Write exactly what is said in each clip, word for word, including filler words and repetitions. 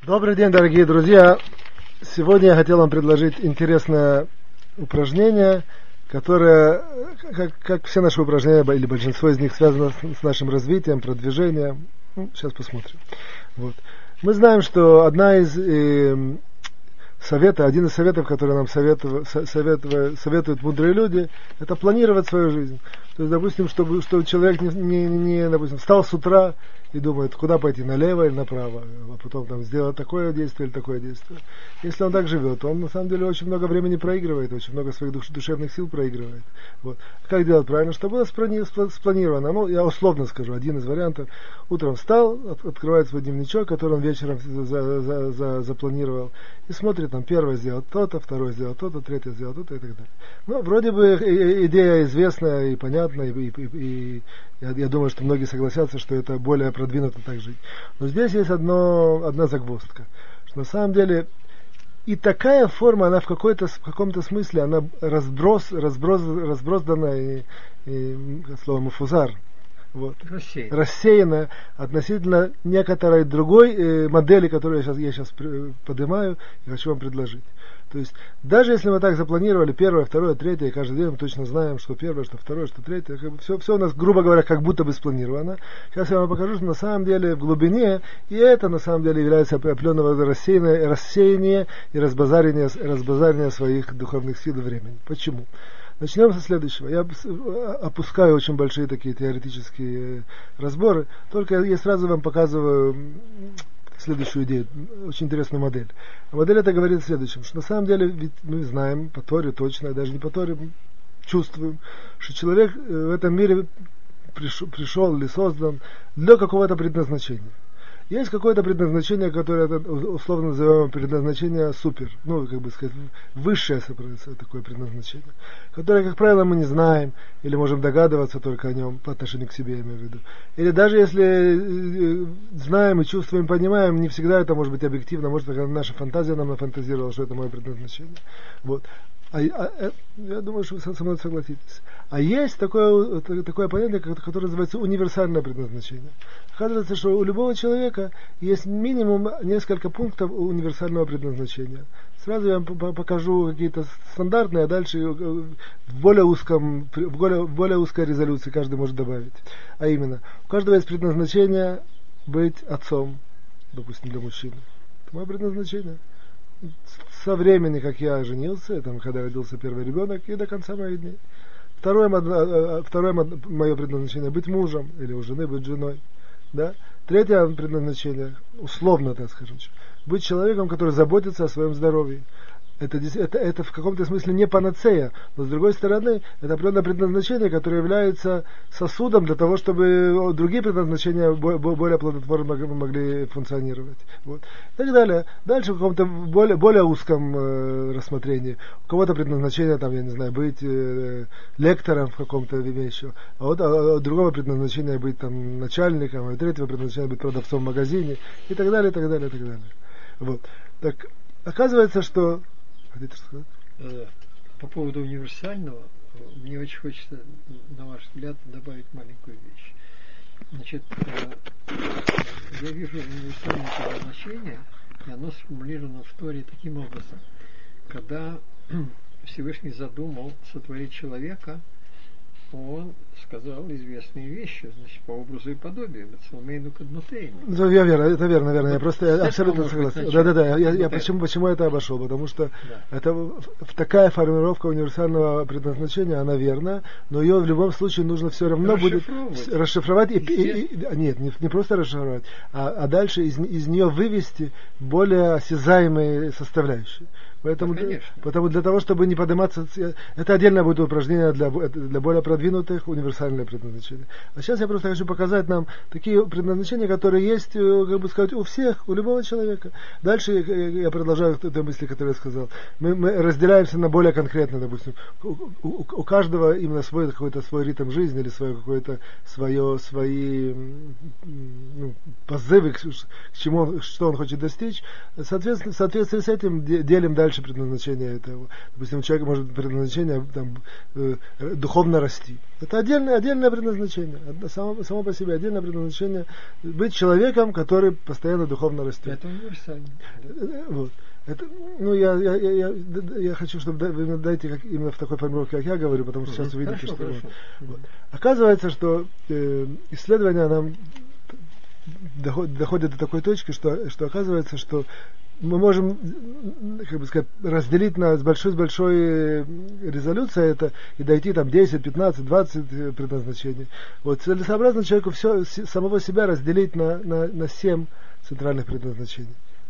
Добрый день, дорогие друзья! Сегодня я хотел вам предложить интересное упражнение, которое, как, как все наши упражнения, или большинство из них связано с, с нашим развитием, продвижением. Ну, сейчас посмотрим. Вот. Мы знаем, что одна из э, советов, один из советов, которые нам советуют, советуют, советуют мудрые люди, это планировать свою жизнь. То есть, допустим, чтобы, чтобы человек не, не, не допустим, встал с утра и думает, куда пойти, налево или направо, а потом там сделать такое действие или такое действие. Если он так живет, он на самом деле очень много времени проигрывает, очень много своих душ, душевных сил проигрывает. Вот. Как делать правильно? Чтобы было спланировано. Ну, я условно скажу, один из вариантов. Утром встал, от, открывает свой дневничок, который он вечером за, за, за, запланировал, и смотрит, там, первое сделать то-то, второе сделать то-то, третье сделать то-то и так далее. Ну, вроде бы идея известная и понятная, и, и, и я, я думаю, что многие согласятся, что это более продвинуто так жить. Но здесь есть одно, одна загвоздка, что на самом деле и такая форма, она в, какой-то, в каком-то смысле, она разброс, разброс, разбросана, и, и, слово муфузар, вот, рассеяна. рассеяна относительно некоторой другой э, модели, которую я сейчас, я сейчас поднимаю и хочу вам предложить. То есть, даже если мы так запланировали первое, второе, третье, и каждый день мы точно знаем, что первое, что второе, что третье, как бы все, все у нас, грубо говоря, как будто бы спланировано. Сейчас я вам покажу, что на самом деле в глубине, и это на самом деле является определенного рассеяния, рассеяния и разбазарения, разбазарения своих духовных сил и времени. Почему? Начнем со следующего. Я опускаю очень большие такие теоретические разборы, только я сразу вам показываю следующую идею, очень интересную модель. А модель это говорит в следующем, что на самом деле ведь мы знаем по Торе точно, даже не по Торе, чувствуем, что человек в этом мире пришел, пришел или создан для какого-то предназначения. Есть какое-то предназначение, которое условно называемое предназначение супер, ну, как бы сказать, высшее такое предназначение, которое, как правило, мы не знаем, или можем догадываться только о нем по отношению к себе, я имею в виду. Или даже если знаем и чувствуем, понимаем, не всегда это может быть объективно, может, наша фантазия нам нафантазировала, что это мое предназначение. Вот. А, а, я думаю, что вы со мной согласитесь. А есть такое, такое понятие, которое называется универсальное предназначение. Оказывается, что у любого человека есть минимум несколько пунктов универсального предназначения. Сразу я вам покажу какие-то стандартные, а дальше в более узком, в более, в более узкой резолюции каждый может добавить. А именно, у каждого есть предназначение быть отцом, допустим, для мужчины. Это мое предназначение. Со времени, как я женился, там, когда родился первый ребенок, и до конца моих дней. Второе, второе мое предназначение — быть мужем, или у жены быть женой. Да? Третье предназначение, условно, так скажем, быть человеком, который заботится о своем здоровье. Это, это, это в каком-то смысле не панацея, но с другой стороны, это определенное предназначение, которое является сосудом для того, чтобы другие предназначения более плодотворно могли функционировать. Вот. И так далее. Дальше в каком-то более, более узком э, рассмотрении. У кого-то предназначение, там, я не знаю, быть э, лектором в каком-то вещи, а вот а, а другого предназначения быть там начальником, а третьего предназначения быть продавцом в магазине, и так далее, и так далее, и так далее. Вот. Так, оказывается, что по поводу универсального, мне очень хочется, на ваш взгляд, добавить маленькую вещь. Значит, я вижу универсальное предназначение, и оно сформулировано в Торе таким образом. Когда Всевышний задумал сотворить человека, он сказал известные вещи, значит, по образу и подобию. Ну, я верно, это верно, верно. Я просто я абсолютно согласен. Да, да, да. Я, я почему, почему это обошел? Потому что да. это такая формулировка универсального предназначения, она верна, но ее в любом случае нужно все равно будет расшифровать и, и, и нет, не, не просто расшифровать, а, а дальше из, из нее вывести более осязаемые составляющие. Поэтому, да, потому для того, чтобы не подниматься, это отдельное будет упражнение для, для более продвинутых, универсальное предназначение. А сейчас я просто хочу показать нам такие предназначения, которые есть, как бы сказать, у всех, у любого человека. Дальше я продолжаю той мысли, которую я сказал. Мы, мы разделяемся на более конкретно, допустим. У, у, у каждого именно свой какой-то свой ритм жизни или свое какое-то свое, свои ну, позывы, к, к чему он, что он хочет достичь. Соответственно, в соответствии с этим делим дальше дальше предназначение этого. Допустим, у человека может быть предназначение там, э, духовно расти. Это отдельное, отдельное предназначение. Само, само по себе отдельное предназначение быть человеком, который постоянно духовно растет. Это универсально. Да? Вот. Это, ну, я, я, я, я, я хочу, чтобы вы мне дайте как, именно в такой формулировке, как я говорю, потому что сейчас увидите, хорошо, что... Хорошо. Вот. Оказывается, что э, исследования нам доходят, доходят до такой точки, что, что оказывается, что мы можем, как бы сказать, разделить на с большой, с большой резолюцией это и дойти там десять, пятнадцать, двадцать предназначений. Вот целесообразно человеку все, самого себя разделить на, на, на семь центральных предназначений.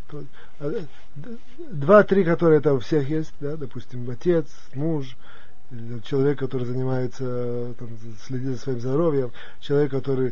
Два-три, которые это у всех есть, да, допустим, отец, муж, человек, который занимается, там, следит за своим здоровьем, человек, который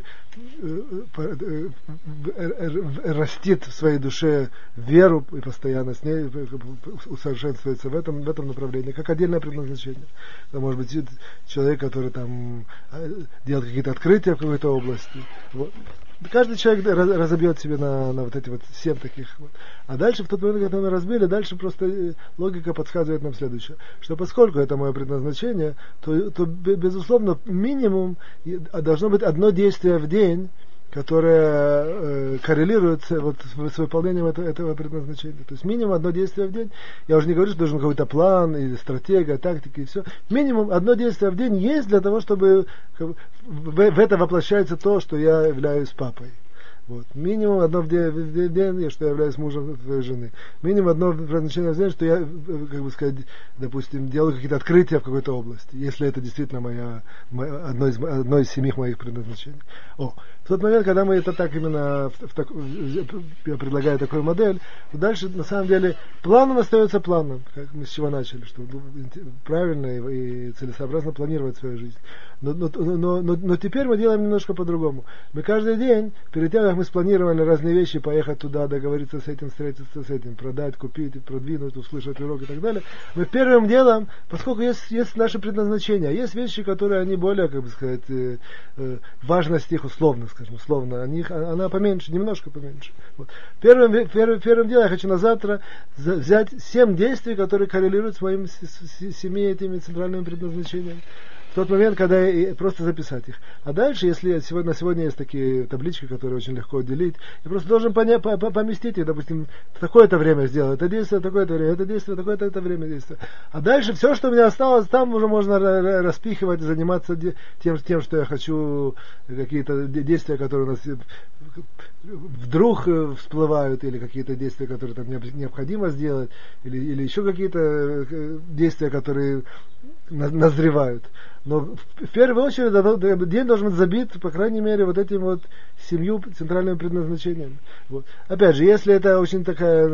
растит в своей душе веру и постоянно с ней усовершенствуется в этом, в этом направлении, как отдельное предназначение. Это может быть человек, который там делает какие-то открытия в какой-то области. Вот. Каждый человек разобьет себе на, на вот эти вот семь таких вот. А дальше, в тот момент, когда мы разбили, дальше просто логика подсказывает нам следующее, что поскольку это мое предназначение, то, то безусловно, минимум должно быть одно действие в день, которое э, коррелирует вот, с выполнением этого, этого предназначения. То есть минимум одно действие в день. Я уже не говорю, что должен какой-то план, или стратегия, тактика и все. Минимум одно действие в день есть для того, чтобы в, в это воплощается то, что я являюсь папой. Вот. Минимум одно в день, в день, что я являюсь мужем твоей жены. Минимум одно предназначение в день, что я, как бы сказать, допустим, делаю какие-то открытия в какой-то области, если это действительно моя, моя, одно, из, одно из семи моих предназначений. О, в тот момент, когда мы это так именно, в, в так, я предлагаю такую модель, то дальше, на самом деле, планом остается планом, как мы с чего начали, что правильно и, и целесообразно планировать свою жизнь. Но, но, но, но, но теперь мы делаем немножко по-другому. Мы каждый день, перед тем, как мы спланировали разные вещи, поехать туда, договориться с этим, встретиться с этим, продать, купить, продвинуть, услышать урок и так далее, мы первым делом, поскольку есть, есть наше предназначение, есть вещи, которые они более, как бы сказать, э, э, важность их условно, скажем, условно, они, она поменьше, немножко поменьше. Вот. Первым, первым, первым делом я хочу на завтра взять семь действий, которые коррелируют с моими семи этими центральными предназначениями. В тот момент, когда и просто записать их. А дальше, если сегодня, на сегодня есть такие таблички, которые очень легко делить, я просто должен поня- по- по- поместить их, допустим, в такое-то время сделать, это действие, такое-то время, это действие, такое-то это время действия. А дальше все, что у меня осталось, там уже можно распихивать, заниматься тем, тем, что я хочу, какие-то действия, которые у нас вдруг всплывают, или какие-то действия, которые там необходимо сделать, или, или еще какие-то действия, которые назревают. Но в первую очередь день должен быть забит, по крайней мере, вот этим вот семью центральными предназначениями. Вот. Опять же, если это очень такая,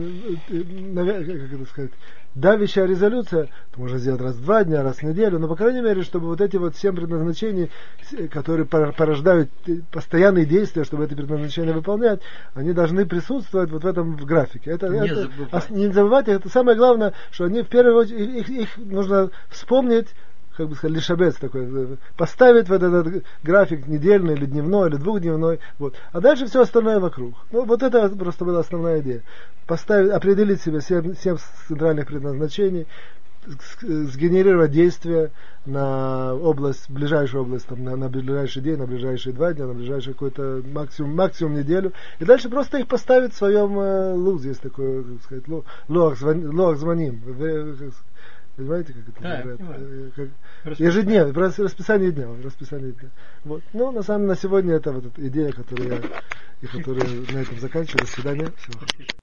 как это сказать, давящая резолюция, то можно сделать раз в два дня, раз в неделю, но, по крайней мере, чтобы вот эти вот семь предназначений, которые порождают постоянные действия, чтобы эти предназначения выполнять, они должны присутствовать вот в этом в графике. Это, не, это, забывать. не забывать, это самое главное, что они в первую очередь, их, их нужно вспомнить, как бы сказать, лишабец такой, поставить в этот график недельный или дневной, или двухдневной, вот. А дальше все остальное вокруг. Ну, вот это просто была основная идея. Поставить, определить себе семь, семь центральных предназначений, сгенерировать действия на область, ближайшую область, там, на, на ближайший день, на ближайшие два дня, на ближайший какой-то максимум, максимум неделю, и дальше просто их поставить в своем э, луз, есть такое, как сказать, луах звоним. Понимаете, как это да, называется? Как... Ежедневно, расписание дня. Расписание дня. Вот. Ну, на самом деле, на сегодня это вот эта идея, которую я, и которую на этом заканчиваю. До свидания. Всего хорошего.